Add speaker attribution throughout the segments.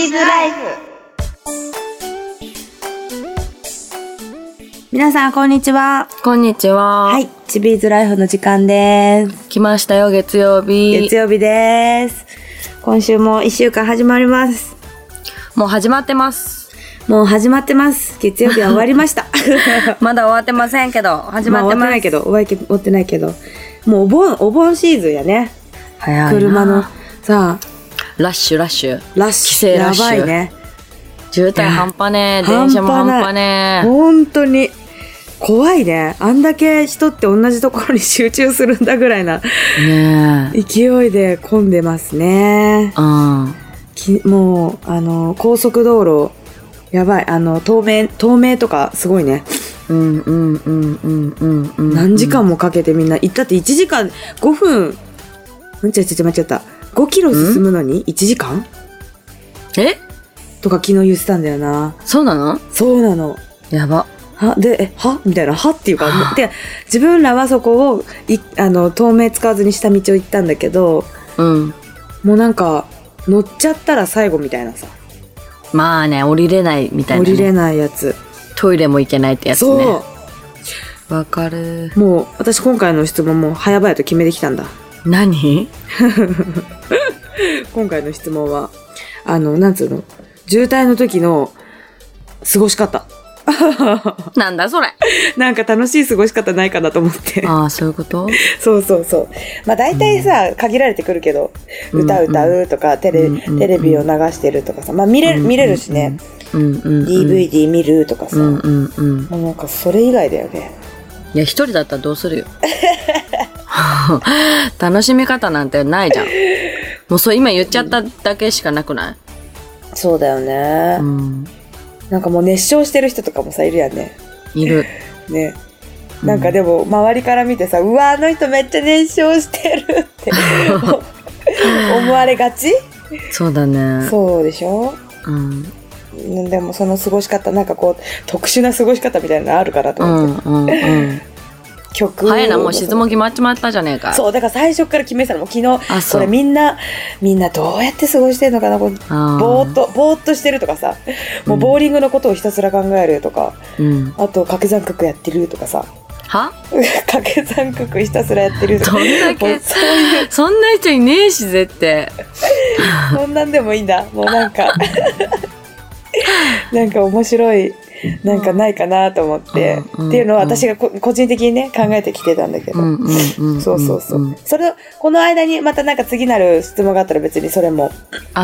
Speaker 1: ーズライフ。皆さんこんにちは。
Speaker 2: こんにちは。
Speaker 1: はい、チビーズライフの時間です。
Speaker 2: 来ましたよ、月曜日。
Speaker 1: 月曜日です。今週も1週間始まります。
Speaker 2: もう始まってます。
Speaker 1: もう始まってます。月曜日は終わりました。
Speaker 2: まだ終わってませんけど、始まってます。
Speaker 1: 終わってないけど、終わってないけど、もうお盆シーズンやね。
Speaker 2: 早いな。
Speaker 1: 車のさあ、
Speaker 2: ラッシュ。
Speaker 1: 帰省ラッシュ。やばいね。
Speaker 2: 渋滞半端ねえ。電車も半端ねえ。
Speaker 1: 本当に。怖いね。あんだけ人って同じところに集中するんだぐらいな、ね、勢いで混んでますね。
Speaker 2: うん。
Speaker 1: もう高速道路やばい。透明とかすごいね。何時間もかけてみんな行ったって1時間5分間違った。5キロ進むのに1時間とか昨日言ってたんだよな。
Speaker 2: そうなの？
Speaker 1: そうなの。
Speaker 2: やば。
Speaker 1: みたいな、っていうか、で、自分らはそこを、透明使わずに下道を行ったんだけど、
Speaker 2: うん。
Speaker 1: もうなんか、乗っちゃったら最後みたいなさ。
Speaker 2: まあね、降りれないみたいな、ね。
Speaker 1: 降りれないやつ。
Speaker 2: トイレも行けないってやつね。
Speaker 1: そう。
Speaker 2: わかる。
Speaker 1: もう、私今回の質問も早々と決めてきたんだ。
Speaker 2: 何？
Speaker 1: 今回の質問は、なんつうの？渋滞の時の過ごし方。
Speaker 2: なんだそれ。
Speaker 1: なんか楽しい過ごし方ないかなと思って。
Speaker 2: ああ、そういうこと？
Speaker 1: そう。まあ大体さ、限られてくるけど、歌うとか、テレビを流してるとかさ、まあ見れるしね。DVD 見るとかさ。もうなんかそれ以外だよね。
Speaker 2: いや、一人だったらどうするよ。楽しみ方なんてないじゃん。もうそう今言っちゃっただけしかなくない？
Speaker 1: そうだよね。なんかもう熱唱してる人とかもさ、いるやんね。
Speaker 2: いる。
Speaker 1: ね。なんかでも、周りから見てさ、うわ、あの人めっちゃ熱唱してるって思われがち？そうだね。そうでしょ？でもその過ごし方、なんかこう、特殊な過ごし方みたいなのあるからと思って。曲
Speaker 2: 早いな、もう質問決まっちまったじゃねえか。
Speaker 1: そう、だから最初から決めてたの。もう昨日、これみんなどうやって過ごしてんのかな、こうぼーっとしてるとかさ、もうボーリングのことをひたすら考えるとか、あと掛け算九九やってるとかさ。
Speaker 2: は？
Speaker 1: 掛け算九九ひたすらやってるとか。
Speaker 2: どんだけそんな人いねえし絶対。
Speaker 1: そんなんでもいいんだ。もうなんかなんか面白い。なんかないかなと思って、っていうのは私が個人的にね考えてきてたんだけど、そう。それこの間にまたなんか次なる質問があったら別にそれも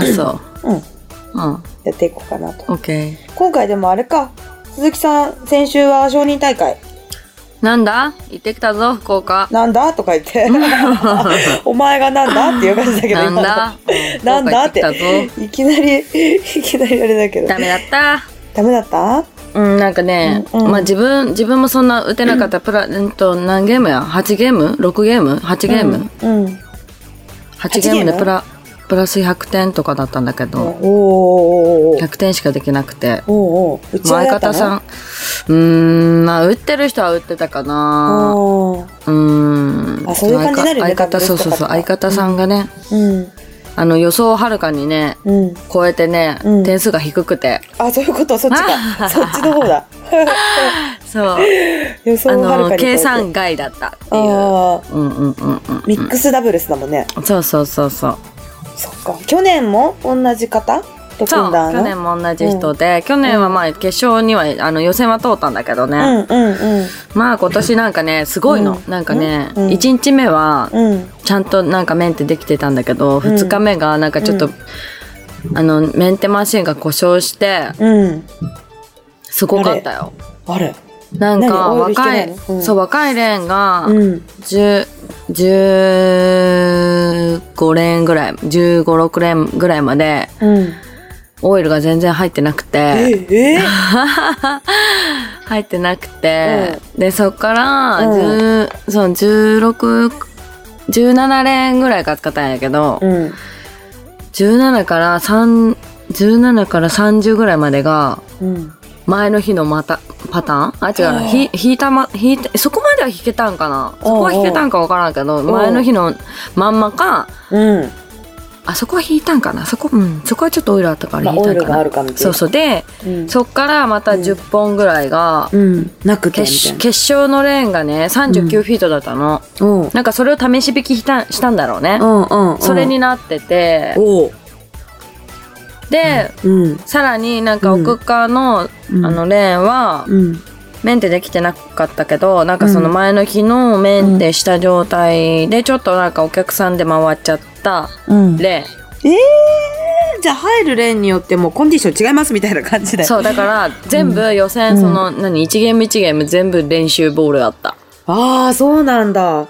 Speaker 1: やっていこうかなと。今回でもあれか、鈴木さん先週は承認大会
Speaker 2: なんだ行ってきたぞ福岡。
Speaker 1: なんだとか言ってお前がなんだっていう感じだけど、なんだっていきなりあれだけど
Speaker 2: ダメだった？なんかね、まあ自分もそんな打てなかった何ゲームや ?8 ゲーム ?6 ゲーム ?8 ゲーム、8ゲームでプラス100点とかだったんだけど、100点しかできなくて、相方さん、まあ打ってる人は打ってたかな。
Speaker 1: そういう感じになるよね。
Speaker 2: 相方さんがね、予想をはるかにね、超えてね、点数が低くて。
Speaker 1: そういうこと、そっちか。そっちの方だ。
Speaker 2: そう。
Speaker 1: 予想をはるかに超えて。
Speaker 2: 計算外だったっていう。
Speaker 1: ミックスダブルスだもんね。
Speaker 2: そう。
Speaker 1: そっか。去年も同じ方と組んだの？
Speaker 2: 去年も同じ人で、去年はまあ決勝には予選は通ったんだけどね。まあ今年なんかねすごいの。なんかね、1日目はちゃんとなんかメンテできてたんだけど、2日目がなんかちょっとメンテマシンが故障して、すごかったよ。
Speaker 1: あれ？
Speaker 2: なんか若いレーンが15レーンぐらい、15、6レーンぐらいまで、オイルが全然入ってなくて、入ってなくて、でそっから16、17レーンぐらいから使ったんやけど、17から30ぐらいまでが、前の日のパターン？違う、引いて、そこまでは弾けたんかな？そこは弾けたんかわからんけど、前の日のまんまか、 あそこは引いたんかな、そこはちょっとオイルあったから引いたんかな、
Speaker 1: オイルがあるかもしれない。
Speaker 2: そうで、そっからまた10本ぐらいが、
Speaker 1: なくて
Speaker 2: 決勝のレーンがね39フィートだったの、なんかそれを試し引きしたんだろうね、それになってて、で、さらになんか奥側の、レーンは、メンテできてなかったけど、なんかその前の日のメンテした状態でちょっとなんかお客さんで回っちゃったレーン、
Speaker 1: じゃあ入るレーンによってもコンディション違いますみたいな感じで。
Speaker 2: そうだから全部予選、その1ゲーム1ゲーム全部練習ボールだった。
Speaker 1: ああ、そうなんだ。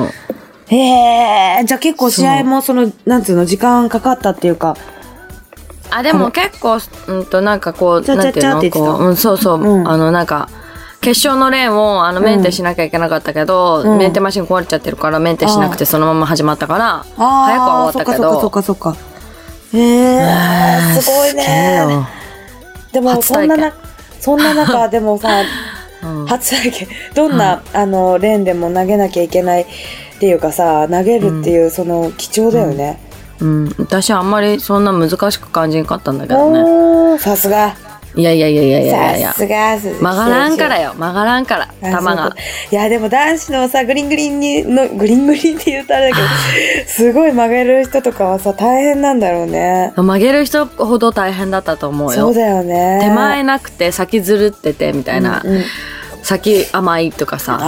Speaker 1: へえ、じゃあ結構試合もそのなんつうの時間かかったっていうか。
Speaker 2: でも結構なんかこうなんていうのこう、そうそう、なんか決勝のレーンをメンテしなきゃいけなかったけど、メンテマシン壊れちゃってるからメンテしなくてそのまま始まったから早くは終わったけど。
Speaker 1: そっか。へえ、すごいね。でもそんな中でもさ、初体験どんなレーンでも投げなきゃいけないっていうかさ、投げるっていうその貴重だよね。
Speaker 2: 私はあんまりそんな難しく感じなかったんだけどね。さ
Speaker 1: すが。
Speaker 2: いや
Speaker 1: さすが。
Speaker 2: 曲がらんから球が。
Speaker 1: いやでも男子のさグリングリンって言うとあれだけどすごい曲げる人とかはさ大変なんだろうね。
Speaker 2: 曲げる人ほど大変だったと思うよ。
Speaker 1: そうだよね。
Speaker 2: 手前なくて先ずるっててみたいな、先甘いとかさ。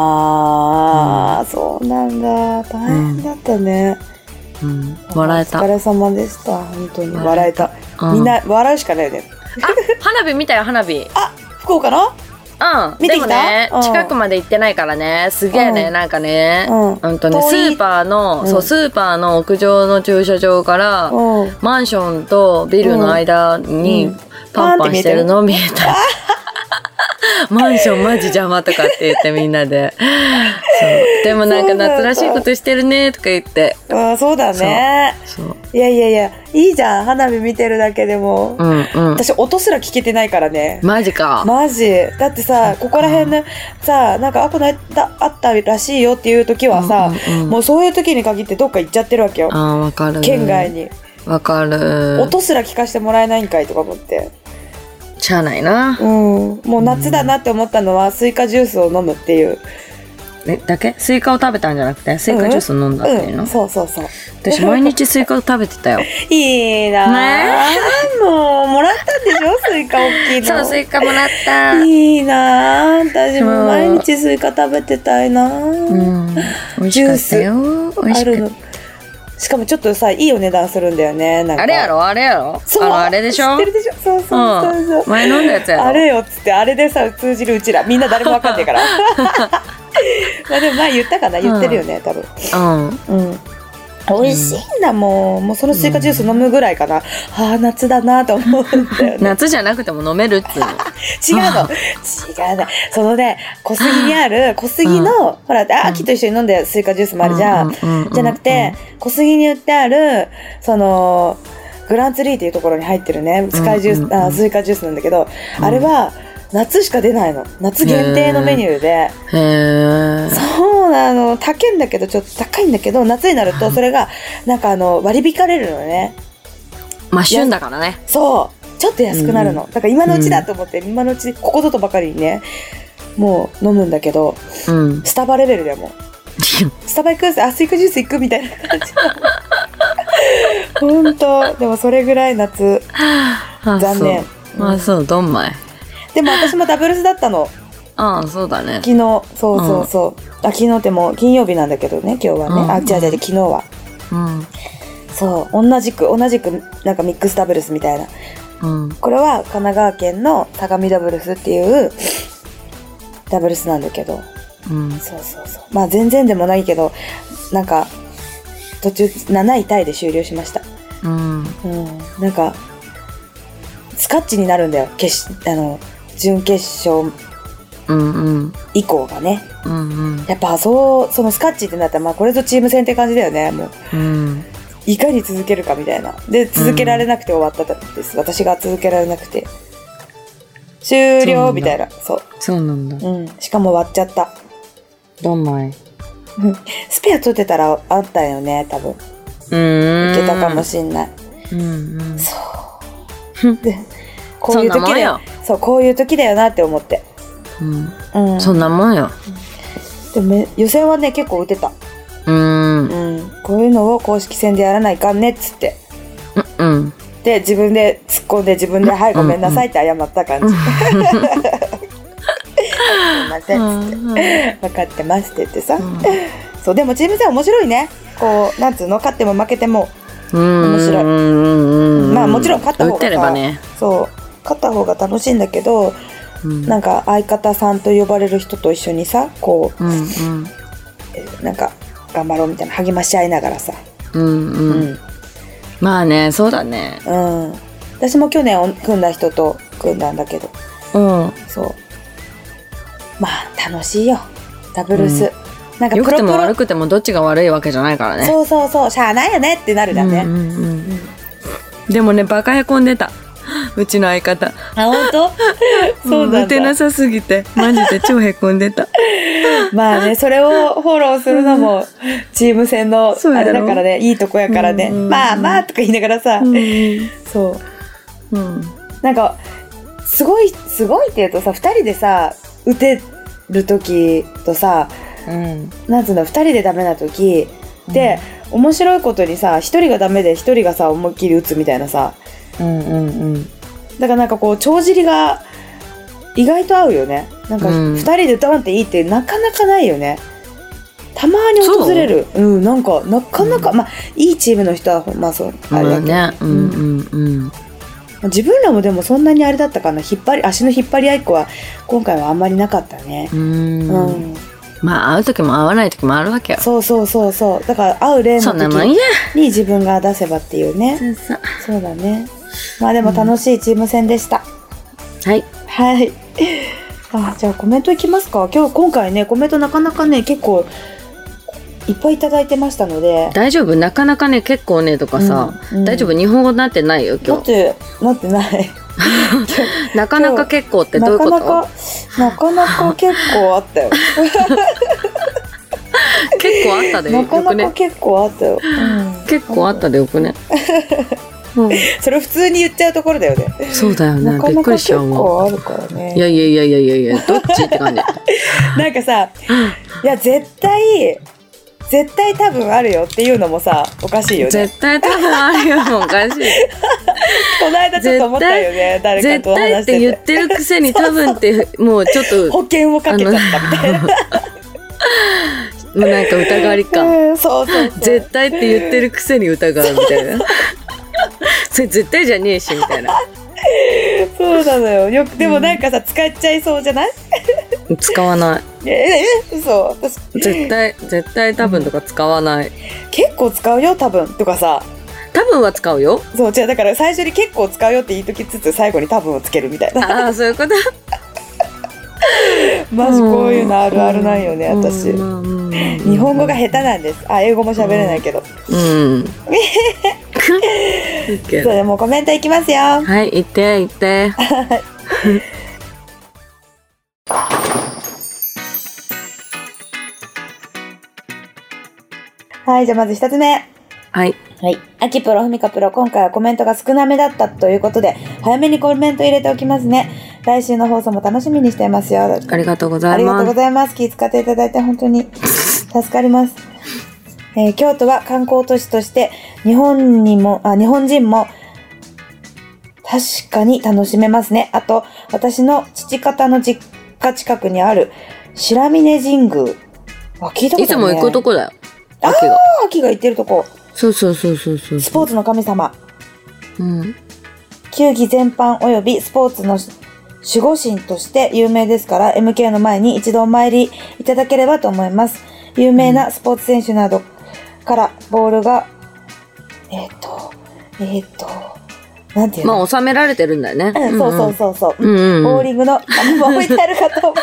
Speaker 1: そうなんだ。大変だったね。
Speaker 2: 笑えた。
Speaker 1: お疲れ様でした。本当に笑えた。みんな笑うしかないよね。
Speaker 2: 花火見たよ、花火。
Speaker 1: 福岡の？
Speaker 2: 見てきた？でもね、近くまで行ってないからね、すげえね、なんかね、スーパーの屋上の駐車場からマンションとビルの間にパンパンしてるの見えた。マンションマジ邪魔とかって言ってみんなで。でもなんか夏らしいことしてるねとか言って。
Speaker 1: そうだね。いやいいじゃん、花火見てるだけでも。私音すら聞けてないからね。
Speaker 2: マジか。
Speaker 1: マジだってさ、ここら辺のさ、なんかこの間あったらしいよっていう時はさ、もうそういう時に限ってどっか行っちゃってるわけよ。
Speaker 2: わかる。
Speaker 1: 県外に。
Speaker 2: わかる。
Speaker 1: 音すら聞かせてもらえないんかいとか思って。
Speaker 2: しゃあないな。
Speaker 1: もう夏だなって思ったのはスイカジュースを飲むっていう。
Speaker 2: だけ？スイカを食べたんじゃなくてスイカジュースを飲んだっていうの？
Speaker 1: そう。
Speaker 2: 私毎日スイカを食べてたよ。
Speaker 1: いいなぁ。もらったんでしょ、スイカ大きいの。
Speaker 2: そう、スイカもらった。
Speaker 1: いいなぁ。私も毎日スイカ食べてたいなぁ。
Speaker 2: 美味しかったよ。美味しかった。
Speaker 1: しかもちょっとさ、いいお値段するんだよね。なんか
Speaker 2: あれやろ
Speaker 1: そう、
Speaker 2: あれでしょ。
Speaker 1: 知ってるでしょ。そう
Speaker 2: 前飲んだやつやろ。
Speaker 1: あれよっつって、あれでさ通じるうちらみんな誰もわかんないからまあでも前言ったかな、言ってるよね、多分。美味しいんだもん。もうそのスイカジュース飲むぐらいかな。夏だなと思うんだよね。
Speaker 2: 夏じゃなくても飲めるっつうの。
Speaker 1: 違うの。そのね、小杉にある小杉のほら秋と一緒に飲んでスイカジュースもあるじゃん。じゃなくて小杉に売ってあるそのグランツリーっていうところに入ってるねスイカジュースなんだけど、あれは夏しか出ないの。夏限定のメニューで。そうなの。高いんだけど、ちょっと高いんだけど、夏になるとそれがなんか割り引かれるのね。
Speaker 2: 旬だからね。
Speaker 1: そう。ちょっと安くなるの。だから今のうちだと思って、今のうちここぞとばかりにね、もう飲むんだけど、スタバレベルでも。スタバ行く？スイカジュース行くみたいな感じ。本当。でもそれぐらい夏。残念。
Speaker 2: そう、どんまい。
Speaker 1: でも私もダブルスだったの。
Speaker 2: そうだね。
Speaker 1: 昨日、そう。昨日ってもう金曜日なんだけどね、今日はね。違う、昨日は。そう、同じくなんかミックスダブルスみたいな。これは神奈川県の相模ダブルスっていうダブルスなんだけど。そう。まあ全然でもないけど、なんか途中7位タイで終了しました。なんかスカッチになるんだよ。準決勝以降がね、やっぱそのスカッチってなったら、まあこれぞチーム戦って感じだよね。もう、いかに続けるかみたいな。で続けられなくて終わったんです。私が続けられなくて終了みたいな。
Speaker 2: そうなんだ。
Speaker 1: しかも割っちゃった。
Speaker 2: どんまい。
Speaker 1: スペア取ってたらあったよね、多分。 いけたかもしんない。そうでこういう時だよ。そうこういう時だよなって思って。
Speaker 2: そんなもんよ。
Speaker 1: でも予選はね結構打てた。こういうのを公式戦でやらないかんねっつって。で自分で突っ込んで自分ではいごめんなさいって謝った感じ。すいませんっつって分かってますって言ってさ。そうでもチーム戦面白いね。こうなんつうの勝っても負けても面白い。まあもちろん勝った方がさ、そう勝った方が楽しいんだけど、なんか相方さんと呼ばれる人と一緒にさこう、なんか頑張ろうみたいな励まし合いながらさ。
Speaker 2: まあねそうだね。
Speaker 1: 私も去年組んだ人と組んだんだけど、そうまあ楽しいよダブルス。なんか
Speaker 2: 良くても悪くてもどっちが悪いわけじゃないからね。
Speaker 1: そうそうそうしゃあないよねってなるだね。
Speaker 2: でもねバカへこんでたうちの相方。
Speaker 1: 本当？そうなんだ。
Speaker 2: 打てなさすぎてマジで超へこんでた。
Speaker 1: まあねそれをフォローするのもチーム戦のあれだからねいいとこやからね。まあまあとか言いながらさ、そう、なんかすごいって言うとさ2人でさ打てる時とさ、なんつうの2人でダメな時で、面白いことにさ1人がダメで1人がさ思いっきり打つみたいなさ、だからなんかこう帳尻が意外と合うよね。なんか2人で歌わんっていいってなかなかないよね。たまに訪れる。なんかなかなか、まあいいチームの人はまあそうあれだけど、自分らもでもそんなにあれだったかな。足の引っ張り合いっこは今回はあんまりなかったね。
Speaker 2: まあ会う時も会わない時もあるわけよ。
Speaker 1: そうだから会う例の時に自分が出せばっていうね。そうだね。まあでも楽しいチーム戦でした。はいじゃあコメントいきますか。今回ねコメントなかなかね結構いっぱいいただいてましたので。
Speaker 2: 大丈夫なかなかね結構ねとかさ、大丈夫日本語なってないよ今日。
Speaker 1: なってない
Speaker 2: なかなか結構ってどういうこと？な
Speaker 1: かなか結構あったよ
Speaker 2: 結構あったでよくね。
Speaker 1: なかなか結構あったよ、
Speaker 2: 結構あったでよくね
Speaker 1: それ普通に言っちゃうところだよね。
Speaker 2: そうだよね。びっくりしちゃうもん。
Speaker 1: 結構あるからね。
Speaker 2: いやどっちって感じ
Speaker 1: なんかさいや絶対多分あるよっていうのもさおかしいよね。
Speaker 2: 絶対多分あるよもおかしい
Speaker 1: この間ちょっと思ったよね。誰かと話してて
Speaker 2: 絶対って言ってるくせに多分ってもうちょっと
Speaker 1: 保険をかけちゃったみたいなも
Speaker 2: うなんか疑わりか、
Speaker 1: そう
Speaker 2: 絶対って言ってるくせに疑うみたいなそれ絶対じゃねえしみたいな
Speaker 1: そうなのよ。でもなんかさ、使っちゃいそうじゃない？
Speaker 2: 使わない。
Speaker 1: 嘘。私
Speaker 2: 絶対多分とか使わない。
Speaker 1: 結構使うよ多分とかさ。
Speaker 2: 多分は使うよ。
Speaker 1: そうじゃあだから最初に結構使うよって言いときつつ最後に多分をつけるみたいな。
Speaker 2: ああそういうこと。
Speaker 1: マジこういうのあるあるなんよね私。日本語が下手なんです。英語も喋れないけど。そうでもコメントいきますよ。
Speaker 2: はい言って
Speaker 1: はいじゃあまず一つ目。
Speaker 2: はい。
Speaker 1: 秋プロ、ふみかプロ、今回はコメントが少なめだったということで、早めにコメント入れておきますね。来週の放送も楽しみにしていますよ。あ
Speaker 2: りがとうございます。
Speaker 1: ありがとうございます。気遣っていただいて本当に助かります。京都は観光都市として日本人も確かに楽しめますね。あと、私の父方の実家近くにある白峰神宮。聞いたことないね。
Speaker 2: いつも行くとこだよ。
Speaker 1: 秋が行ってるとこ。
Speaker 2: そう。ス
Speaker 1: ポーツの神様。球技全般およびスポーツの守護神として有名ですから、MK の前に一度お参りいただければと思います。有名なスポーツ選手などからボールが、なんていうの？
Speaker 2: まあ収められてるんだよね。
Speaker 1: そう。ボーリングの球も置いてあるかと思います。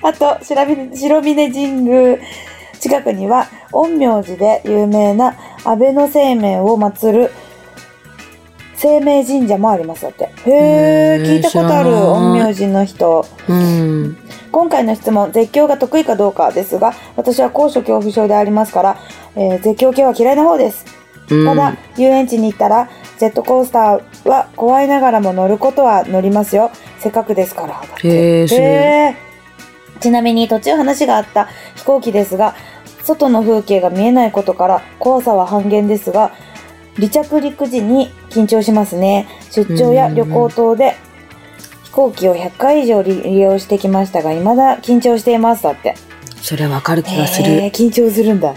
Speaker 1: あと白峰神宮近くには陰陽師で有名な安倍晴明を祀る晴明神社もありますだって。へー、聞いたことある陰陽師の人。 今回の質問、絶叫が得意かどうかですが、私は高所恐怖症でありますから、絶叫系は嫌いな方です。ただ、遊園地に行ったら、ジェットコースターは怖いながらも乗ることは乗りますよ。せっかくですから。だって。ちなみに途中話があった飛行機ですが、外の風景が見えないことから怖さは半減ですが、離着陸時に緊張しますね。出張や旅行等で飛行機を100回以上利用してきましたが、未だ緊張しています。だって。
Speaker 2: それわかる気がする。
Speaker 1: 緊張するんだ。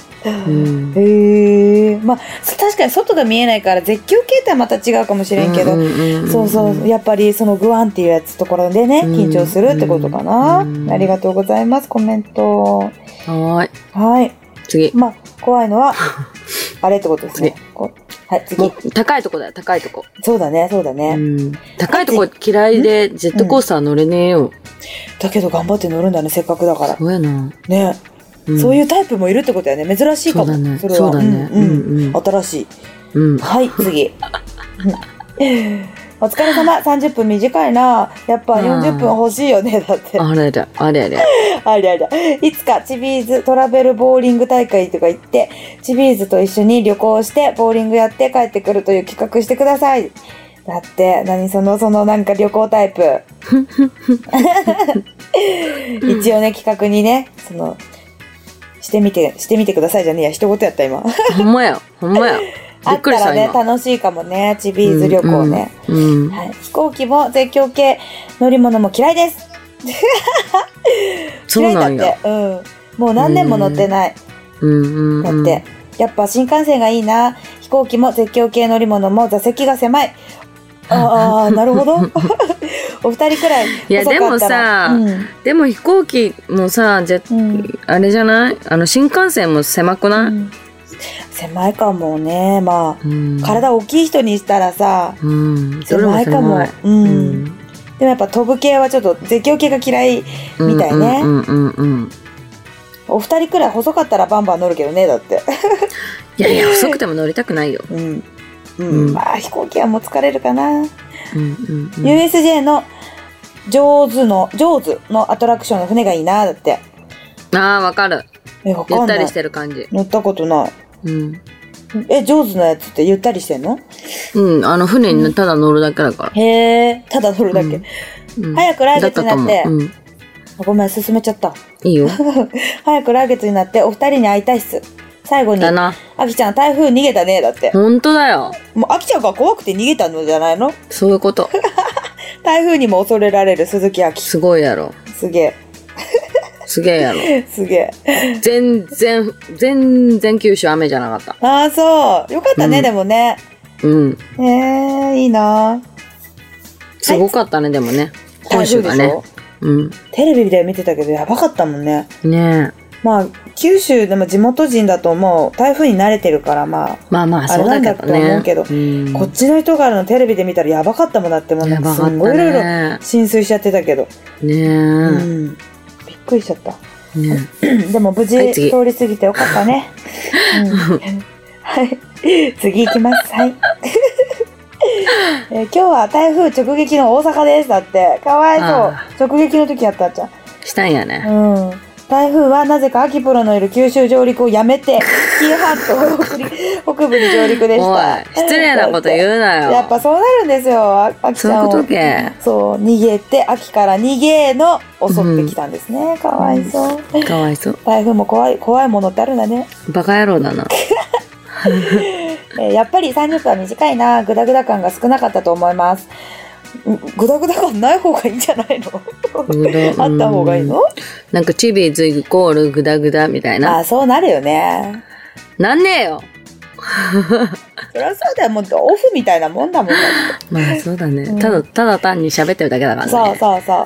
Speaker 1: まあ確かに外が見えないから絶叫系とはまた違うかもしれんけど、そうそうやっぱりそのグワンっていうやつところでね、緊張するってことかな。ありがとうございます。コメント。はい。次。まあ怖いのはあれってことですね。はい、次。
Speaker 2: 高いとこだよ、高いとこ。
Speaker 1: そうだね。
Speaker 2: 高いとこ嫌いでジェットコースター乗れねえよ。
Speaker 1: だけど頑張って乗るんだね、せっかくだから。
Speaker 2: そうやな。
Speaker 1: ね。そういうタイプもいるってことやね。珍しいかも。
Speaker 2: そうだね。
Speaker 1: 新しい。はい、次。お疲れ様。30分短いな。やっぱ40分欲しいよね。だって。
Speaker 2: あれ。
Speaker 1: いつかチビーズトラベルボーリング大会とか行って、チビーズと一緒に旅行してボーリングやって帰ってくるという企画してください。だって、そのなんか旅行タイプ。一応ね、企画にね、してみてくださいじゃねえや、一言やった今。
Speaker 2: ほんまや。
Speaker 1: あったらね、楽しいかもね、チビーズ旅行ね。はい、飛行機も絶叫系乗り物も嫌いです。
Speaker 2: そうなんや。
Speaker 1: 嫌いだって。もう何年も乗ってない。だって、やっぱ新幹線がいいな。飛行機も絶叫系乗り物も座席が狭い。ああ、なるほど。お二人くらい細かったら。
Speaker 2: いやでもさ、でも飛行機もさ、あれじゃない？新幹線も狭くない？
Speaker 1: 狭いかもね。まあ、体大きい人にしたらさ、狭いかも。でもやっぱ飛ぶ系はちょっと絶叫系が嫌いみたいね。お二人くらい細かったらバンバン乗るけどね、だって。
Speaker 2: いや細くても乗りたくないよ。
Speaker 1: まあ飛行機はもう疲れるかな。USJ のジョーズのアトラクションの船がいいな。だって。
Speaker 2: ああ、わかる。ゆったりしてる感じ。
Speaker 1: 乗ったことない。ジョーズのやつってゆったりしてんの？
Speaker 2: 船にただ乗るだけだから。
Speaker 1: へえ、ただ乗るだけ。早く来月になって。ごめん、進めちゃった。
Speaker 2: いいよ。
Speaker 1: 早く来月になってお二人に会いたいっす。最後に、あきちゃん台風逃げたね。だって。
Speaker 2: ほんとだよ。
Speaker 1: もうあきちゃんが怖くて逃げたのじゃないの？
Speaker 2: そういうこと。
Speaker 1: 台風にも恐れられる鈴木あき。
Speaker 2: すごいやろ。
Speaker 1: すげえ。
Speaker 2: すげえやろ。
Speaker 1: すげえ。
Speaker 2: 全然九州雨じゃなかった。
Speaker 1: ああ、そう。よかったね、でもね。いいな。
Speaker 2: すごかったね、でもね。本州がね。
Speaker 1: テレビで見てたけどやばかったもんね。
Speaker 2: ねえ。
Speaker 1: まあ九州でも地元人だと思う。台風に慣れてるからまあ
Speaker 2: そうだけどね。
Speaker 1: 思うけど、こっちの人からのテレビで見たらやばかったもんだってもうね。すんごいいろいろ浸水しちゃってたけど。
Speaker 2: ねえ。
Speaker 1: びっくりしちゃった。でも無事通り過ぎてよかったね。はい。次行きます。はい。今日は台風直撃の大阪です。だってかわいそう。直撃の時やったじゃん。
Speaker 2: したんやね。
Speaker 1: 台風はなぜか秋プロのいる九州上陸をやめて紀伊半島北部に上陸でした。
Speaker 2: 失礼なこと言うなよ。
Speaker 1: やっぱそうなるんですよ。秋ちゃんを
Speaker 2: そういうことけ。
Speaker 1: そう逃げて秋から逃げの襲ってきたんですね。かわいそう。
Speaker 2: かわいそう。
Speaker 1: 台風も怖いものってあるんだね。
Speaker 2: バカ野郎だな。
Speaker 1: やっぱり30分は短いな。グダグダ感が少なかったと思います。グダグダ感ない方がいいんじゃないの？あった方がいいの？
Speaker 2: なんかチビーズイコールグダグダみたいな。
Speaker 1: あ、そうなるよね。
Speaker 2: なんねえよ。
Speaker 1: そりゃそうだよ。もうオフみたいなもんだもん。
Speaker 2: まあそうだね。ただ単に喋ってるだけだからね。
Speaker 1: そう。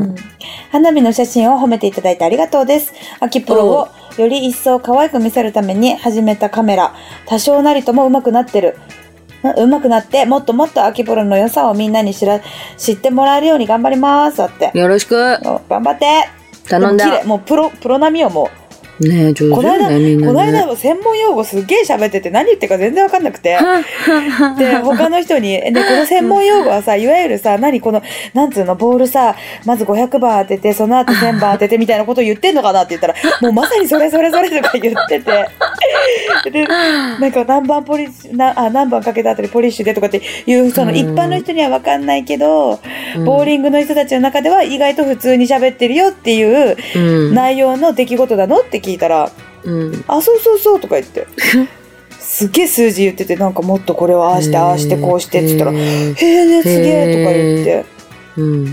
Speaker 1: 花火の写真を褒めていただいてありがとうです。秋プロをより一層可愛く見せるために始めたカメラ。多少なりとも上手くなってもっともっと秋プロの良さをみんなに知ってもらえるように頑張ります。だって
Speaker 2: よろしく
Speaker 1: 頑張って。
Speaker 2: 頼んだ。
Speaker 1: もうプロ並みよ。も
Speaker 2: ねえ、上手だね、みんなね。
Speaker 1: この間専門用語すっげえ喋ってて何言ってるか全然わかんなくて。で、他の人に、この専門用語はさ、いわゆるさ、この、なんつうの、ボールさ、まず500番当てて、その後1000番当ててみたいなことを言ってんのかなって言ったら、もうまさにそれとか言ってて。で、何番何番かけた後にポリッシュでとかっていう、その一般の人にはわかんないけど、ボーリングの人たちの中では意外と普通に喋ってるよっていう内容の出来事なのって聞いたら、あ、そうとか言ってすげえ数字言ってて、もっとこれはああしてこうしてって言ったら、へえ、すげえとか言って、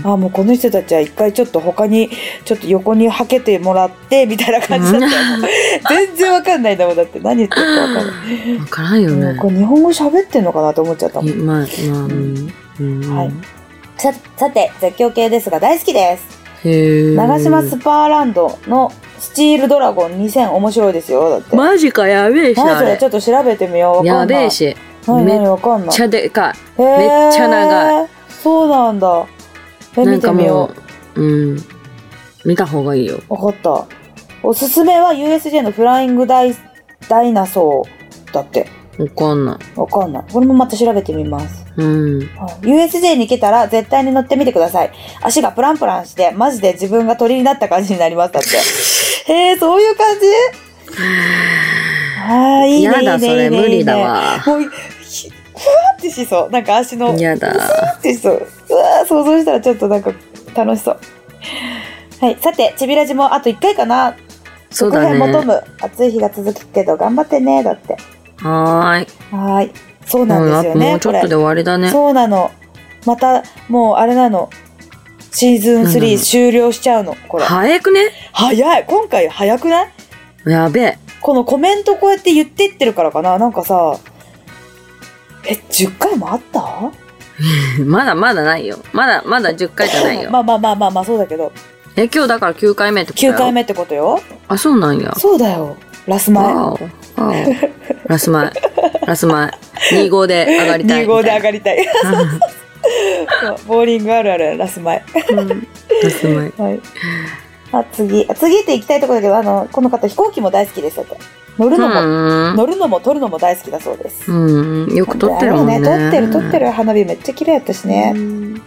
Speaker 1: もうこの人たちは一回ちょっと他にちょっと横にはけてもらってみたいな感じだったよ。全然わかんないんだもん。だって何言ってるかわかんない。
Speaker 2: わからんよね。
Speaker 1: これ日本語喋ってんのかなと思っちゃったもん。はい。さて、絶叫系ですが大好きです。長島スパーランドのスチールドラゴン2000面白いですよ。だって。
Speaker 2: マジか、やべえし。
Speaker 1: それちょっと調べてみよう。
Speaker 2: やべえし。
Speaker 1: わかんない。
Speaker 2: めっちゃでかい。めっちゃ長い。
Speaker 1: そうなんだ。見てみよ
Speaker 2: う。見た方がいいよ。
Speaker 1: わかった。おすすめは USJ のフライングダイナソーだって。
Speaker 2: わかんない。
Speaker 1: これもまた調べてみます。USJ に来たら絶対に乗ってみてください。足がプランプランして、マジで自分が鳥になった感じになります。だって。そういう感じ？いいね。
Speaker 2: やだ、それ無理だわ。
Speaker 1: もう、ふわってしそう。足の。
Speaker 2: やだ。
Speaker 1: ふわってしそう。想像したらちょっと楽しそう。はい。さて、ちびラジもあと1回かな。
Speaker 2: そうだね。
Speaker 1: 求む。暑い日が続くけど頑張ってね。だって。
Speaker 2: はーい。
Speaker 1: そうなんですよね。
Speaker 2: もうちょっとで終わりだね。
Speaker 1: そうなの。また、もうあれなの。シーズン3終了しちゃうの。これ。
Speaker 2: 早くね？
Speaker 1: 早い。今回早くない？
Speaker 2: やべえ。
Speaker 1: このコメントこうやって言ってってるからかな。さ、10回もあった
Speaker 2: まだないよ。まだ10回じゃないよ。
Speaker 1: まあ、そうだけど。
Speaker 2: 今日だから9回目ってことよ。
Speaker 1: 9回目ってことよ。
Speaker 2: あ、そうなんや。
Speaker 1: そうだよ。ラス前。
Speaker 2: ラス前。2号で上がりたい。
Speaker 1: 2号で上がりたい。ボーリングあるある、ラス前。
Speaker 2: ラス前。
Speaker 1: はい。次って行きたいところだけど、この方飛行機も大好きですって。乗るのも撮るのも大好きだそうです。
Speaker 2: よく撮ってるもんね。
Speaker 1: 撮ってる花火めっちゃ綺麗やったしね。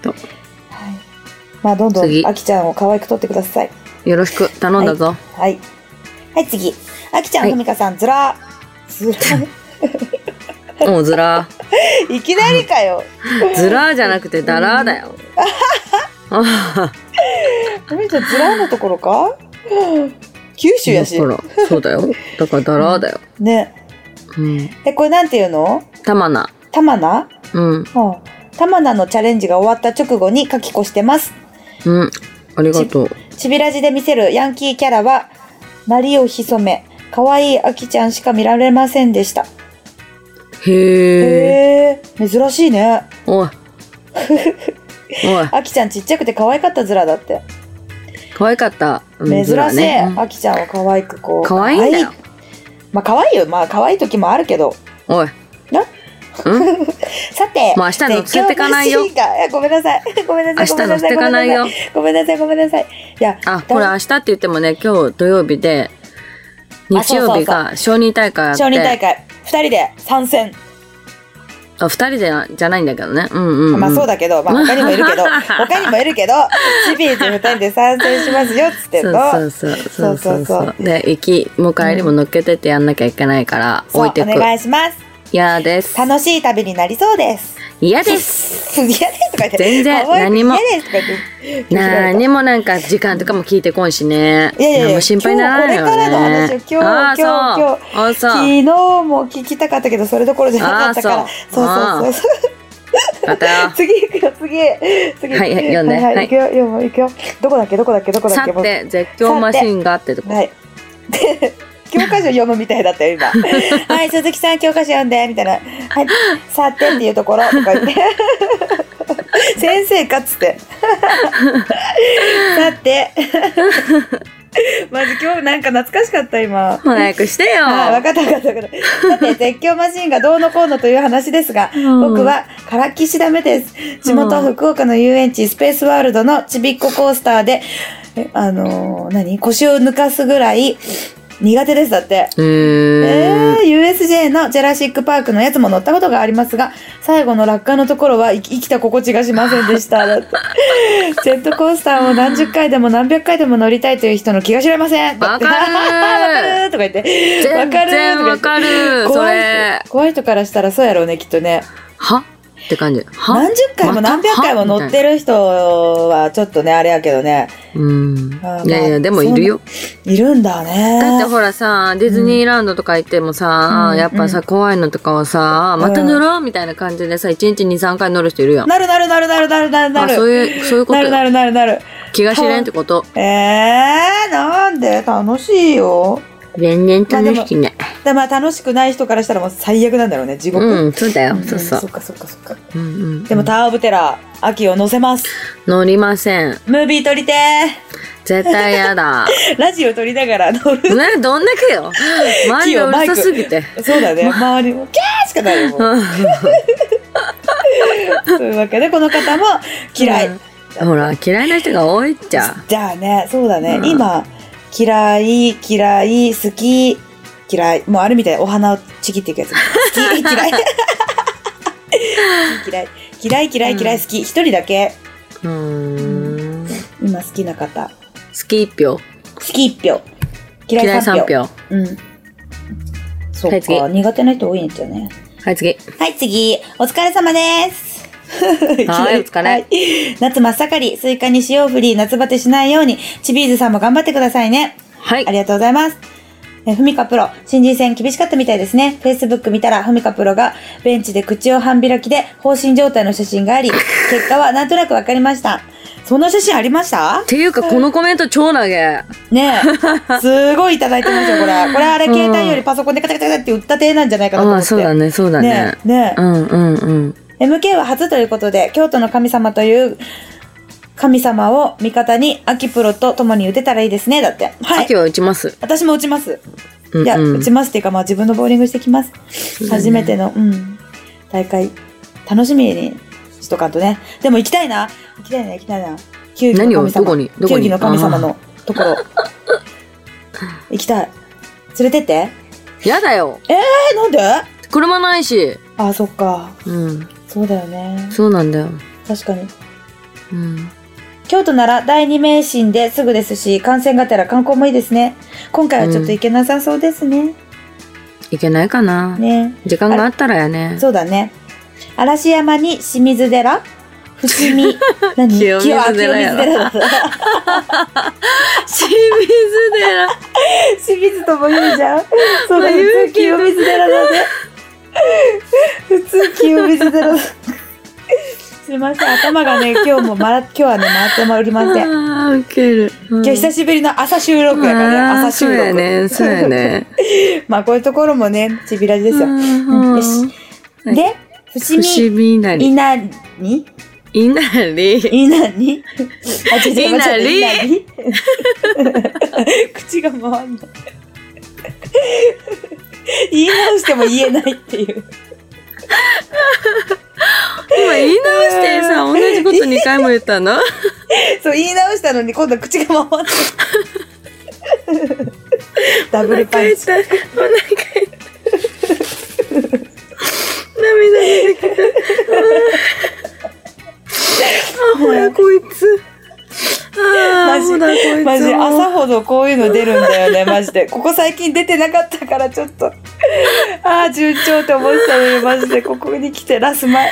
Speaker 1: まあどんどんあきちゃんを可愛く撮ってください。
Speaker 2: よろしく頼んだぞ。
Speaker 1: はい、次。あきちゃん、ふみかさん、ずら
Speaker 2: もうずら
Speaker 1: いきなりかよ。
Speaker 2: ずらじゃなくてだらだよ。
Speaker 1: ふみちゃん、ずらのところか？九州やし。
Speaker 2: そうだよ。だからだらだよ。
Speaker 1: ね。これなんていうの？
Speaker 2: 玉名。
Speaker 1: 玉名のチャレンジが終わった直後に書き越してます。
Speaker 2: ありがとう。
Speaker 1: ちびラジで見せるヤンキーキャラは、なりを潜め、かわいいあきちゃんしか見られませんでした。へー。珍しいね。
Speaker 2: おい。
Speaker 1: あきちゃんちっちゃくて可愛かったずらだって。
Speaker 2: 可愛かった。
Speaker 1: 珍しい。あきちゃんは可愛くこう。
Speaker 2: 可愛いんだよ。
Speaker 1: まあ可愛いよ。まあ可愛い時もあるけど。
Speaker 2: おい。
Speaker 1: さて、
Speaker 2: もう明日乗せてかないよ。
Speaker 1: ごめんなさい。
Speaker 2: 明日乗せてかないよ。
Speaker 1: ごめんなさい。いや、
Speaker 2: これ明日って言ってもね、今日土曜日で、日曜日が小児大会あって。
Speaker 1: 小児大会。2人で参戦。
Speaker 2: 2人でじゃないんだけどね。
Speaker 1: まあそうだけど、他にもいるけど、チビーズ2人で参戦しますよっつってんの。
Speaker 2: そう。で、行きも帰りも乗っけてってやんなきゃいけないから、置いてく。
Speaker 1: お願いします。
Speaker 2: 嫌です。
Speaker 1: 楽しい旅になりそうです。
Speaker 2: 嫌です。
Speaker 1: 嫌ですとか言って。
Speaker 2: 全然何もなんか時間とかも聞いてこんしね。何も心配にならないよね。
Speaker 1: これからの話を今日昨日も聞きたかったけどそれどころじゃなかったから。そう。
Speaker 2: またよ。
Speaker 1: 次行くよ次。
Speaker 2: はい、読んで。
Speaker 1: はい、行くよ。どこだっけ。
Speaker 2: さて、絶叫マシンがってとこ。
Speaker 1: はい。教科書読むみたいだったよ今。はい、鈴木さん教科書読んでみたいな。はい、さてっていうところとか言って先生かっつってさてまず今日なんか懐かしかった今。
Speaker 2: 早くしてよ。
Speaker 1: 分かった。さて、絶叫マシンがどうのこうのという話ですが、僕はからっきしダメです。地元福岡の遊園地スペースワールドのちびっこコースターで腰を抜かすぐらい苦手ですだって。USJ のジェラシックパークのやつも乗ったことがありますが、最後の落下のところは生きた心地がしませんでした。だってジェットコースターを何十回でも何百回でも乗りたいという人の気が知れません。
Speaker 2: わかる
Speaker 1: とか言って。
Speaker 2: わかるわかる。
Speaker 1: 怖い人からしたらそうやろうね、きっとね。
Speaker 2: はって感じ。
Speaker 1: 何十回も何百回も乗ってる人はちょっとね、あれやけどね。
Speaker 2: いやいや、でもいるよ。
Speaker 1: いるんだね。
Speaker 2: だってほらさ、ディズニーランドとか行ってもさ、やっぱさ、怖いのとかはさ、また乗ろうみたいな感じでさ、1日2、3回乗る人いるやん。
Speaker 1: なる。
Speaker 2: そういうこと。
Speaker 1: なる。
Speaker 2: 気が知れんってこと。
Speaker 1: なんで楽しいよ。
Speaker 2: 全然楽しくない。
Speaker 1: まあ楽しくない人からしたらもう最悪なんだろうね、地獄。
Speaker 2: そうだよ、そう。
Speaker 1: そっか。でもタワーオブテラー、秋を乗せます。
Speaker 2: 乗りません。
Speaker 1: ムービー撮りてー。
Speaker 2: 絶対やだ。
Speaker 1: ラジオ撮りながら乗る。
Speaker 2: ね、どんだけよ。周りがうるさすぎて。
Speaker 1: そうだね、周りもキャーしかないよ。というわけで、この方も嫌い。
Speaker 2: ほら、嫌いな人が多いっちゃ。
Speaker 1: じゃあね、そうだね、今、嫌い、好き、嫌い。もうあるみたい。お花をちぎっていくやつ。好き、嫌い。嫌い、好き。一人だけ。今好きな方。
Speaker 2: 好き1票。
Speaker 1: 嫌い3票。そっか、
Speaker 2: はい、
Speaker 1: 苦手な人多いんですよね。
Speaker 2: はい、次。
Speaker 1: お疲れ様です。
Speaker 2: はい、お疲れ。
Speaker 1: はい、夏真っ盛り、スイカに塩振り、夏バテしないように、チビーズさんも頑張ってくださいね。
Speaker 2: はい。
Speaker 1: ありがとうございます。ふみかプロ、新人戦厳しかったみたいですね。Facebook 見たら、ふみかプロがベンチで口を半開きで放心状態の写真があり、結果はなんとなくわかりました。そんな写真ありました？
Speaker 2: っていうか、このコメント超投げ。
Speaker 1: ねえ。すごいいただいてますよ、これ。これあれ、携帯よりパソコンでカチャカチャって打った手なんじゃないかなと思って。
Speaker 2: そうだね。
Speaker 1: ねえ。MK は初ということで、京都の神様という神様を味方に、秋プロと共に打てたらいいですね。だって。
Speaker 2: はい。秋は打ちます。
Speaker 1: 私も打ちます。いや、打ちますっていうか、まあ自分のボーリングしてきます。初めての、大会、楽しみにしとかんとね。でも行きたいな。球技の神様。球技の神様のところ。行きたい。連れてって。
Speaker 2: やだよ。
Speaker 1: なんで？
Speaker 2: 車ないし。
Speaker 1: あ、そっか。そうだよね。
Speaker 2: そうなんだよ。
Speaker 1: 確かに。京都なら第二名神ですぐですし、観戦がてら観光もいいですね。今回はちょっと行けなさそうですね。
Speaker 2: 行けないかな。ね。時間があったらやね。
Speaker 1: そうだね。嵐山に清水寺、伏見、何？清水寺やろ。清水寺。清水とも言うじゃん。そうだ、普通清水寺だね。普通清水寺だ。すいません、頭がね、今日はね、回ってまいりません。
Speaker 2: ウケる。
Speaker 1: 今日久しぶりの朝収録やからね、朝収録。
Speaker 2: そうやね。
Speaker 1: まあ、こういうところもね、ちびらじですよ。よし。で、伏見稲荷。口が回んない。言い直しても言えないっていう。
Speaker 2: 今言い直してさ、同じこと2回も言ったの？
Speaker 1: そう、言い直したのに今度は口が回ってダブルパンチ。お腹痛い。涙出てきた。アホやこいつ。マジ朝ほどこういうの出るんだよね、マジで。ここ最近出てなかったからちょっと順調って思ってたのに、マジでここに来てラス前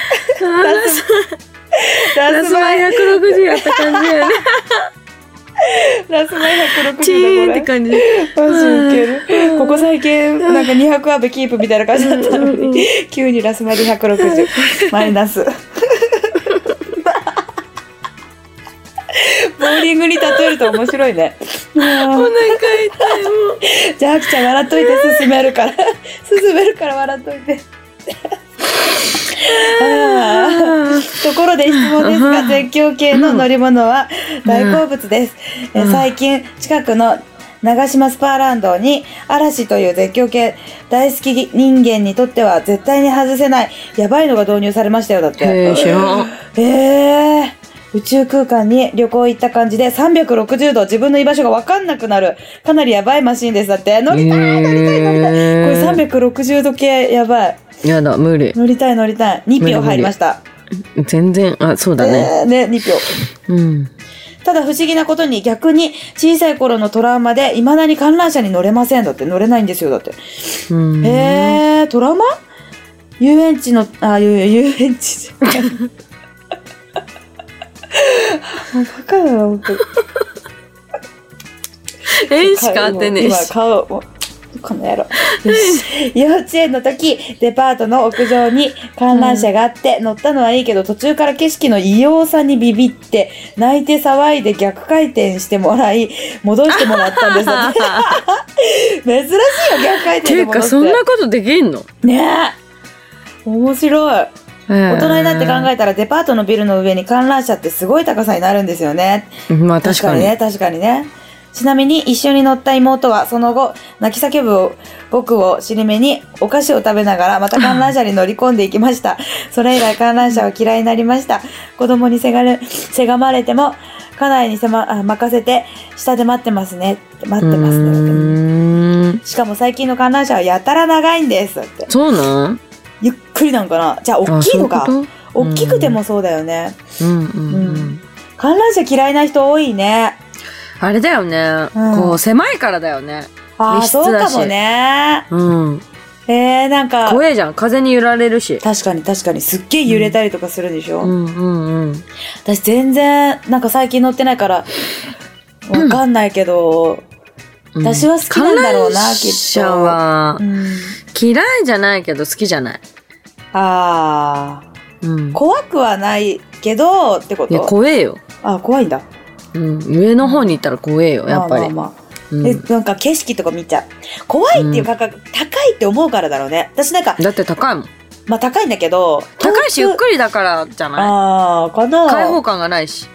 Speaker 1: 160やった感じやね。ラス前160
Speaker 2: チーンって感じ。
Speaker 1: マジウケる。ここ最近なんか200アベキープみたいな感じだったのに急にラス前で160マイナス。ボーリングに例えると面白いね。お腹痛いもう。じゃああきちゃん笑っといて、進めるから笑っといて。ところで質問ですが、絶叫系の乗り物は大好物です。最近近くの長島スパーランドに嵐という絶叫系大好き人間にとっては絶対に外せないやばいのが導入されましたよ。だって。
Speaker 2: 知らん。
Speaker 1: 宇宙空間に旅行行った感じで360度自分の居場所が分かんなくなる。かなりやばいマシンです。だって。乗りたい。これ360度系やばい。
Speaker 2: やだ、無理。
Speaker 1: 乗りたい。2票入りました。
Speaker 2: 全然、そうだね。
Speaker 1: 2票。うん。ただ不思議なことに逆に小さい頃のトラウマで未だに観覧車に乗れません。だって。乗れないんですよ。だって。トラウマ？遊園地の、遊園地。もうバカだな、ほんと。
Speaker 2: しか当てねえし。
Speaker 1: 今顔、この野郎。幼稚園の時、デパートの屋上に観覧車があって、乗ったのはいいけど、途中から景色の異様さにビビって、泣いて騒いで逆回転してもらい、戻してもらったんです。珍しいよ、逆回転で戻して。
Speaker 2: ていうか、そんなことできんの？
Speaker 1: ねえ。面白い。大人になって考えたらデパートのビルの上に観覧車ってすごい高さになるんですよね。
Speaker 2: まあ確かに
Speaker 1: ね。ちなみに一緒に乗った妹はその後泣き叫ぶ僕を尻目にお菓子を食べながらまた観覧車に乗り込んでいきました。それ以来観覧車は嫌いになりました。子供にせがまれても家内に任せて下で待ってますね。しかも最近の観覧車はやたら長いんですって。
Speaker 2: そうなん？
Speaker 1: ゆっくりなんかな。じゃあ大きいのか。大きくてもそうだよね。観覧車嫌いな人多いね。
Speaker 2: あれだよね。こう狭いからだよね。
Speaker 1: そうかもね。なんか
Speaker 2: 怖いじゃん。風に揺られるし。
Speaker 1: 確かにすっげえ揺れたりとかするでしょ。私全然なんか最近乗ってないからわかんないけど、私は好きなんだろうな、きっと。
Speaker 2: 観覧車は嫌いじゃないけど好きじゃない。
Speaker 1: 怖くはないけどってこと？
Speaker 2: いや、怖えよ。
Speaker 1: 怖いんだ。
Speaker 2: 上の方に行ったら怖えよ、やっぱり。
Speaker 1: なんか景色とか見ちゃう。怖いっていう価格、高いって思うからだろうね。私なんか。
Speaker 2: だって高いもん。
Speaker 1: まあ高いんだけど。
Speaker 2: 高いしゆっくりだからじゃない？
Speaker 1: かな。
Speaker 2: 開放感がないし。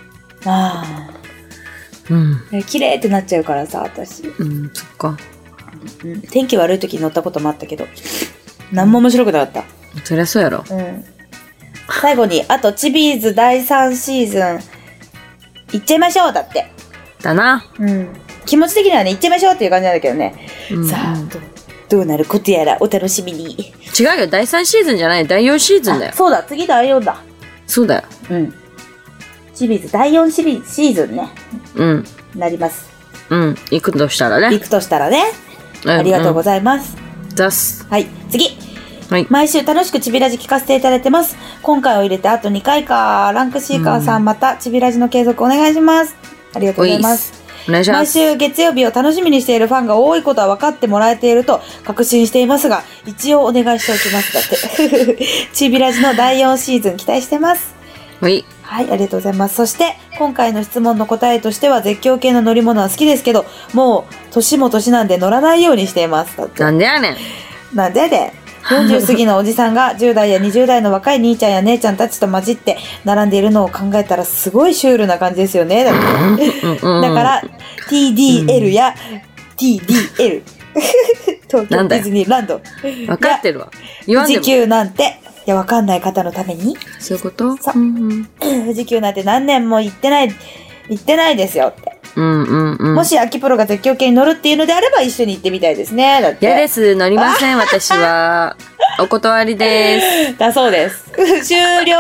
Speaker 1: 綺麗ってなっちゃうからさ、私。
Speaker 2: そっか。
Speaker 1: 天気悪い時に乗ったこともあったけど、何も面白くなかった。
Speaker 2: そりゃそうやろ。
Speaker 1: 最後に、あとチビーズ第3シーズン、行っちゃいましょうだって。
Speaker 2: だな。
Speaker 1: 気持ち的にはね、行っちゃいましょうっていう感じなんだけどね。さあ、どうなることやらお楽しみに。
Speaker 2: 違うよ、第3シーズンじゃない、第4シーズンだよ。
Speaker 1: そうだ、次第4だ。
Speaker 2: そうだよ。
Speaker 1: チビーズ第4シーズンね。なります。
Speaker 2: 行くとしたらね。
Speaker 1: ありがとうございます。はい、次。毎週楽しくちびラジ聞かせていただいてます。今回を入れてあと2回か。ランクシーカーさん、またちびラジの継続お願いします。ありがとうございます。
Speaker 2: お願いします。
Speaker 1: 毎週月曜日を楽しみにしているファンが多いことは分かってもらえていると確信していますが、一応お願いしておきます。だってちびラジの第4シーズン期待してます。はい、ありがとうございます。そして今回の質問の答えとしては、絶叫系の乗り物は好きですけど、もう年も年なんで乗らないようにしています。だって。
Speaker 2: なんでやねん。
Speaker 1: 40過ぎのおじさんが10代や20代の若い兄ちゃんや姉ちゃんたちと混じって並んでいるのを考えたらすごいシュールな感じですよね。だから TDL や TDL 東京ディズニーランド
Speaker 2: 分かってるわ。
Speaker 1: 富士急なんて、いや、分かんない方のために、
Speaker 2: そういうこと？
Speaker 1: そう、富士急なんて何年も行ってないですよって。もし秋プロが絶叫系に乗るっていうのであれば一緒に行ってみたいですね。だって。
Speaker 2: 嫌です、乗りません。私はお断りです。
Speaker 1: だそうです。終了。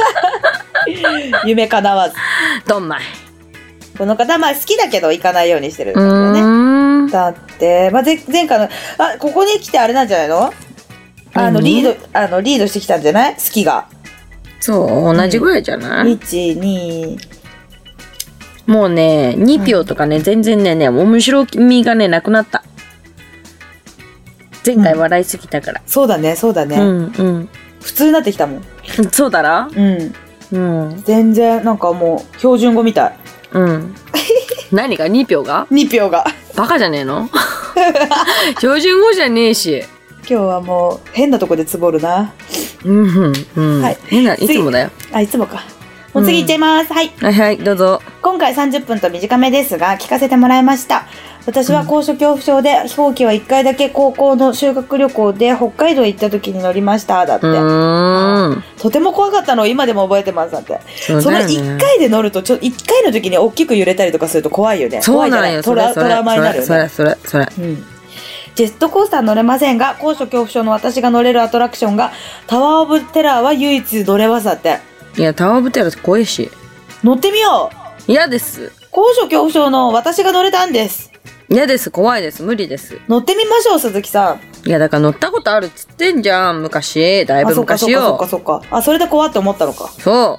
Speaker 1: 夢叶わず。
Speaker 2: どんまい。
Speaker 1: この方好きだけど行かないようにしてるんだよね。だって前回のここに来てあれなんじゃないの？リードしてきたんじゃない？好きが。
Speaker 2: そう、同じぐらいじゃない？
Speaker 1: 1、2
Speaker 2: もうね、2票とかね、全然ね、面白みがね、なくなった。前回笑いすぎたから。
Speaker 1: そうだね。普通になってきたもん。
Speaker 2: そうだろ？
Speaker 1: 全然、なんかもう、標準語みたい。
Speaker 2: 何が 2 票が
Speaker 1: ?2 票が。
Speaker 2: バカじゃねえの？標準語じゃねえし。
Speaker 1: 今日はもう、変なとこでつぼるな。
Speaker 2: はい。いつもだよ。
Speaker 1: いつもか。 もう次いっちゃいます。はい。
Speaker 2: はいはい、どうぞ。
Speaker 1: 今回30分と短めですが、聞かせてもらいました。私は高所恐怖症で、飛行機は1回だけ高校の修学旅行で北海道行った時に乗りました。だって。とても怖かったのを今でも覚えてます。だって。その1回で乗ると、1回の時に大きく揺れたりとかすると怖いよね。
Speaker 2: そうなんよ。
Speaker 1: トラウマになるよね。
Speaker 2: それ。
Speaker 1: ジェットコースター乗れませんが、高所恐怖症の私が乗れるアトラクションが、タワーオブテラーは唯一乗れます。だって。
Speaker 2: いや、タワーオブテラーって怖いし。
Speaker 1: 乗ってみよ
Speaker 2: う。嫌です。
Speaker 1: 高所恐怖症の私が乗れたんです。
Speaker 2: 嫌です。怖いです。無理です。
Speaker 1: 乗ってみましょう、鈴木さ
Speaker 2: ん。いや、だから乗ったことあるっつってんじゃん。昔。だいぶ昔よ。
Speaker 1: そっか。あ、それで怖って思ったのか。
Speaker 2: そう。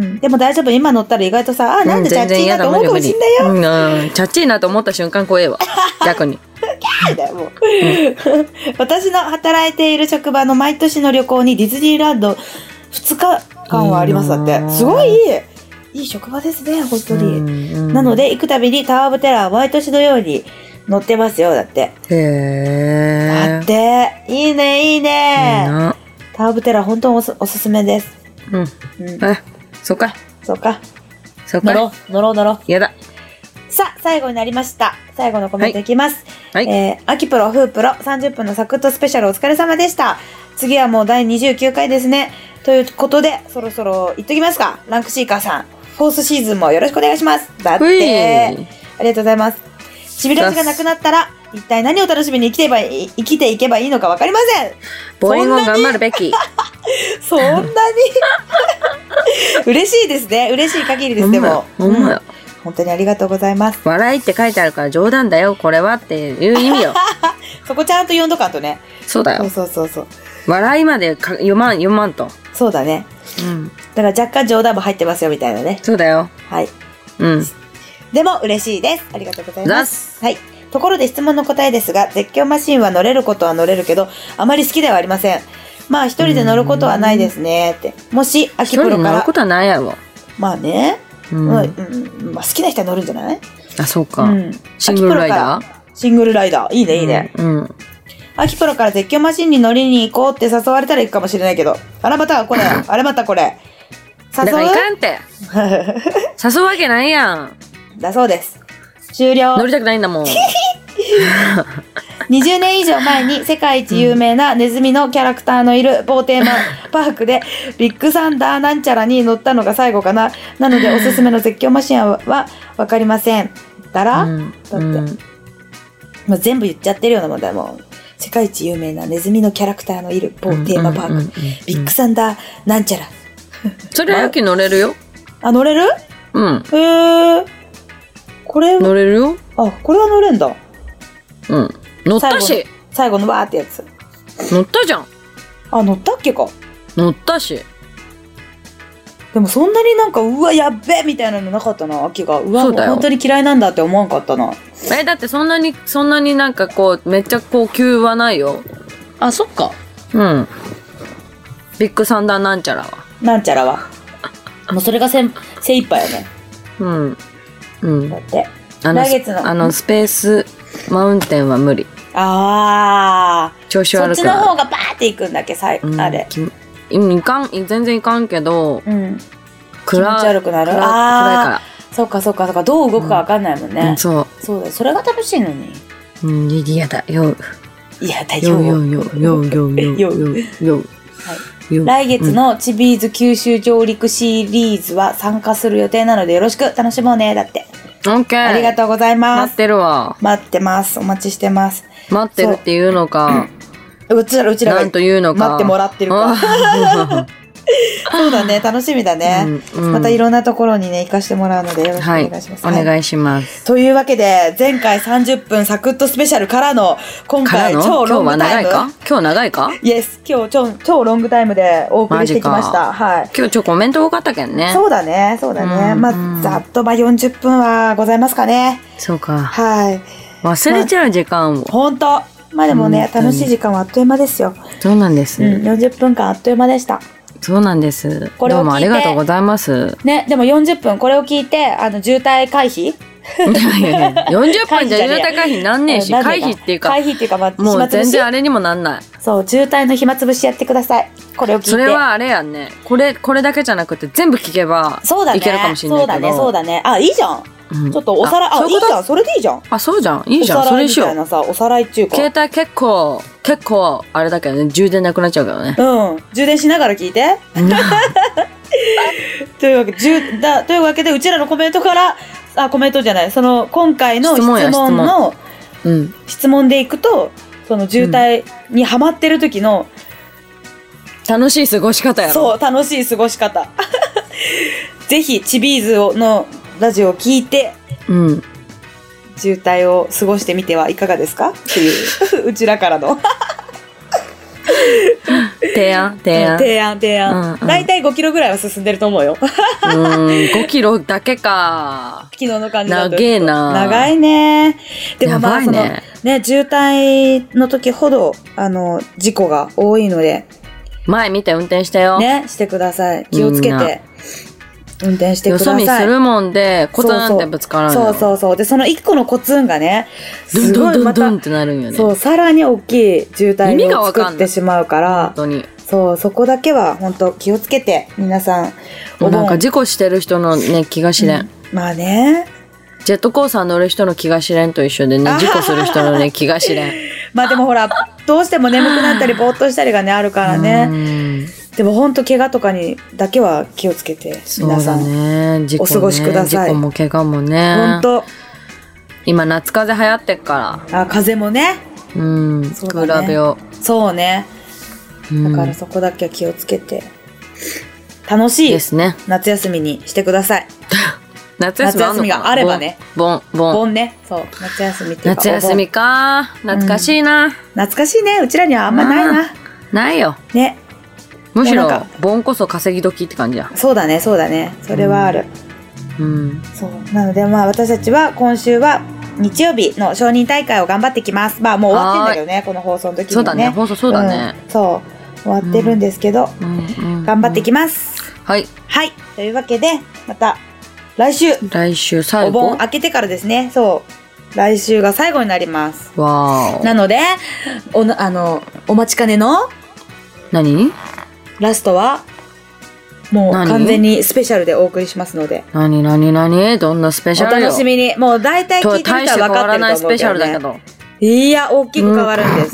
Speaker 1: でも大丈夫。今乗ったら意外とさ、なんでチャッチーなと思うかもしんない
Speaker 2: よ。チャッチーなと思った瞬間怖えわ。逆に。
Speaker 1: だよもう私の働いている職場の毎年の旅行にディズニーランド2日間はあります。だってすごいいい職場ですね、本当に。なので行くたびにタワーオブテラー毎年のように乗ってますよ。だってだっていいねタワーオブテラー本当におすすめです。
Speaker 2: そうか
Speaker 1: 乗ろう。
Speaker 2: やだ。
Speaker 1: さあ、最後になりました。最後のコメントいきます。秋プロ、フープロ、30分のサクッとスペシャルお疲れ様でした。次はもう第29回ですね。ということで、そろそろ言っときますか。ランクシーカーさん、フォースシーズンもよろしくお願いします。だって、ありがとうございます。しびれしがなくなったら、一体何を楽しみに生きていけばいいのかわかりません。
Speaker 2: ボーイングを頑張るべき。
Speaker 1: そんなに嬉しいですね。嬉しい限りです。でも。本当にありがとうございます。
Speaker 2: 笑いって書いてあるから冗談だよこれはっていう意味よ。
Speaker 1: そこちゃんと読んどかんとね。
Speaker 2: そうだよ。
Speaker 1: そう。
Speaker 2: 笑いまで読まんと。
Speaker 1: そうだね。だから若干冗談も入ってますよみたいなね。
Speaker 2: そうだよ。
Speaker 1: はい。でも嬉しいです。ありがとうございます。はい。ところで質問の答えですが、絶叫マシンは乗れることは乗れるけど、あまり好きではありません。まあ一人で乗ることはないですねって。もし秋プロから。一人で乗ることはないやろ。まあね。まあ好きな人は乗るんじゃない？
Speaker 2: あ、そうか。シングルライダー？
Speaker 1: シングルライダー。いいね。秋プロから絶叫マシンに乗りに行こうって誘われたら行くかもしれないけど。あれまたこれ。誘う？
Speaker 2: だから行かんって。誘うわけないやん。
Speaker 1: だそうです。終了。
Speaker 2: 乗りたくないんだもん。
Speaker 1: 20年以上前に世界一有名なネズミのキャラクターのいる某テーマパークでビッグサンダーなんちゃらに乗ったのが最後かな。なのでおすすめの絶叫マシンは分かりません。だって、もう全部言っちゃってるようなもんだもん。世界一有名なネズミのキャラクターのいる某テーマパーク、ビッグサンダーなんちゃら。
Speaker 2: それは秋乗れるよ。
Speaker 1: あ、乗れる？これ
Speaker 2: 乗れるよ。
Speaker 1: あ、これは乗れんだ。
Speaker 2: 乗ったし。
Speaker 1: 最後のバーってやつ。
Speaker 2: 乗ったじゃん。
Speaker 1: あ、乗ったっけか。
Speaker 2: 乗ったし。
Speaker 1: でもそんなになんかうわやっべみたいなのなかったな。秋がうわ本当に嫌いなんだって思わんかったな。
Speaker 2: だってそんなになんかこうめっちゃこう急はないよ。
Speaker 1: あ、そっか。
Speaker 2: ビッグサンダーなんちゃらは。
Speaker 1: もうそれが精一杯やね。だって来月の
Speaker 2: スペースマウンテンは無理。調子悪くなる。
Speaker 1: そっちの方がバーっていくんだっけ、あれ。
Speaker 2: 全然いかんけど、
Speaker 1: 気持ち悪くなる。暗いから。そうか。どう動くか分かんないもんね。そうだ。それが楽しいのに。
Speaker 2: 嫌だよ。
Speaker 1: 来月のチビーズ九州上陸シリーズは参加する予定なのでよろしく楽しもうね。だって。ありがとうございます。
Speaker 2: 待ってるわ。
Speaker 1: 待ってます。お待ちしてます。
Speaker 2: 待ってるっていうのか。
Speaker 1: うちらが
Speaker 2: なんというのか。
Speaker 1: 待ってもらってるか。そうだね。楽しみだね。またいろんなところにね、行かしてもらうのでよろしくお願いします。
Speaker 2: お願いします。
Speaker 1: というわけで、前回30分サクッとスペシャルからの、今回超ロングタイム。
Speaker 2: 今日長いか？
Speaker 1: イエス。今日超ロングタイムでお送りしてきました。はい。
Speaker 2: 今日コメント多かったけんね。
Speaker 1: そうだね。まあ、ざっと40分はございますかね。
Speaker 2: そうか。
Speaker 1: はい。
Speaker 2: 忘れちゃう時間を。
Speaker 1: ほんと。まあでもね、楽しい時間はあっという間ですよ。
Speaker 2: そうなんです。
Speaker 1: 40分間あっという間でした。
Speaker 2: そうなんです。どうもありがとうございます。
Speaker 1: ね、でも40分これを聞いて渋滞回避
Speaker 2: いやいや40分じゃ渋滞回避なんねえし、回避っていうかもう全然あれにもなんない。
Speaker 1: そう、渋滞の暇つぶしやってください。これを聞いて。
Speaker 2: それはあれやんね。これだけじゃなくて全部聞けばいけるかもしれないけど。
Speaker 1: そうだね。あ、いいじゃん。ちょっとおさらい、いいじゃん。それでいいじゃん。
Speaker 2: あ、そうじゃん。いいじゃん。それしよう。
Speaker 1: おさらいっていうか。
Speaker 2: 携帯結構あれだけどね、充電なくなっちゃうからね。
Speaker 1: 充電しながら聞いて。というわけで、うちらのコメントから、コメントじゃない、その今回の質問でいくと、その渋滞にハマってる時の
Speaker 2: 楽しい過ごし方やろ。
Speaker 1: そう、楽しい過ごし方。ぜひチビーズのラジオを聞いて、渋滞を過ごしてみてはいかがですかっていううちらからの
Speaker 2: 提案、
Speaker 1: だいたい5キロぐらいは進んでると思うよ。
Speaker 2: 5キロだけか。
Speaker 1: 昨日の感じだと
Speaker 2: 長えな。
Speaker 1: 長いね。でもまあそのね、渋滞の時ほど事故が多いので、
Speaker 2: 前見て運転してよ。
Speaker 1: ね、してください。気をつけて運転してください。
Speaker 2: よそ見するもんでコツンってぶつからんの。
Speaker 1: そうで、その1個のコツンがね、すごいまた
Speaker 2: ドンってなるんよね。
Speaker 1: そう、さらに大きい渋滞を作ってしまうから、
Speaker 2: 本当に
Speaker 1: そこだけは本当気をつけて皆さん。
Speaker 2: なんか事故してる人のね、気が知れん。
Speaker 1: まあね、
Speaker 2: ジェットコースター乗る人の気が知れんと一緒でね、事故する人のね気が知れん。
Speaker 1: まあでもほら、どうしても眠くなったりぼーっとしたりがねあるからね。でも本当怪我とかにだけは気をつけて皆さんお過ごしください。
Speaker 2: 事故も怪我もね。
Speaker 1: 本当。
Speaker 2: 今夏風邪流行ってっから。
Speaker 1: 風邪もね。
Speaker 2: そうだね。クーラー病。
Speaker 1: そうね。だからそこだけは気をつけて楽しい夏休みにしてください。夏休みがあればね。盆ね。そう、夏休みっていうか。
Speaker 2: 夏休みか。懐かしいな。
Speaker 1: 懐かしいね。うちらにはあんまないな。
Speaker 2: ないよ。
Speaker 1: ね。
Speaker 2: むしろ盆こそ稼ぎ時って感じや。
Speaker 1: そうだね。それはある。そう。なのでまあ私たちは今週は日曜日の承認大会を頑張ってきます。まあもう終わってんだけどね、この放送の時にね。
Speaker 2: そうだね。放送そうだね。
Speaker 1: そう。終わってるんですけど、頑張ってきます。
Speaker 2: はい。
Speaker 1: はい。というわけで、また来週
Speaker 2: 最後。
Speaker 1: お盆明けてからですね。そう。来週が最後になります。
Speaker 2: わー。
Speaker 1: なので、お待ちかねの
Speaker 2: 何？
Speaker 1: ラストはもう完全にスペシャルでお送りしますので。
Speaker 2: 何どんなスペシャルよ。
Speaker 1: お楽しみに。もう大体聞いてる人は分かってると思うけどね。大して変わらないスペシャルだけど。いや、大きく変わるんです。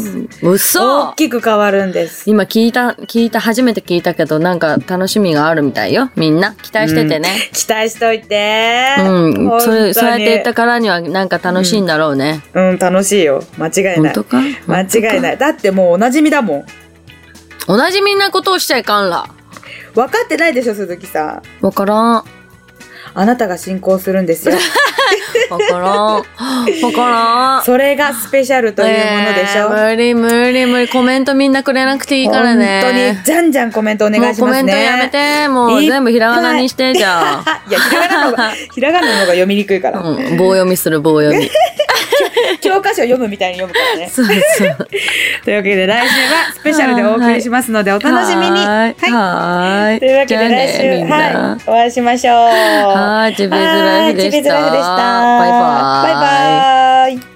Speaker 2: 嘘。
Speaker 1: 大きく変わるんです。
Speaker 2: 今初めて聞いたけど、なんか楽しみがあるみたいよ。みんな期待しててね。
Speaker 1: 期待しといて。
Speaker 2: そうやって言ったからにはなんか楽しいんだろうね。
Speaker 1: 楽しいよ。間違いない。
Speaker 2: 本当か？
Speaker 1: 間違いない。だってもうおなじみだもん。
Speaker 2: おなじみなことをしちゃいかんら。
Speaker 1: 分かってないでしょ、鈴木さん。
Speaker 2: 分からん。
Speaker 1: あなたが進行するんですよ。
Speaker 2: 分からん。
Speaker 1: それがスペシャルというものでしょ。
Speaker 2: 無理。コメントみんなくれなくていいからね。
Speaker 1: 本当に、じゃんじゃんコメントお願いしますね。
Speaker 2: もうコメントやめて。もう全部ひらがなにしてじゃあ。
Speaker 1: いや、ひらがなの方が読みにくいから。
Speaker 2: 棒読みする、棒読み。
Speaker 1: 教科書読むみたいに読むからね。
Speaker 2: そう。
Speaker 1: というわけで来週はスペシャルでお送りしますのでお楽しみに。
Speaker 2: はい。
Speaker 1: というわけで来週、お会いしましょう。
Speaker 2: はい、チビズライフでした。バイバイ。
Speaker 1: バイバイ。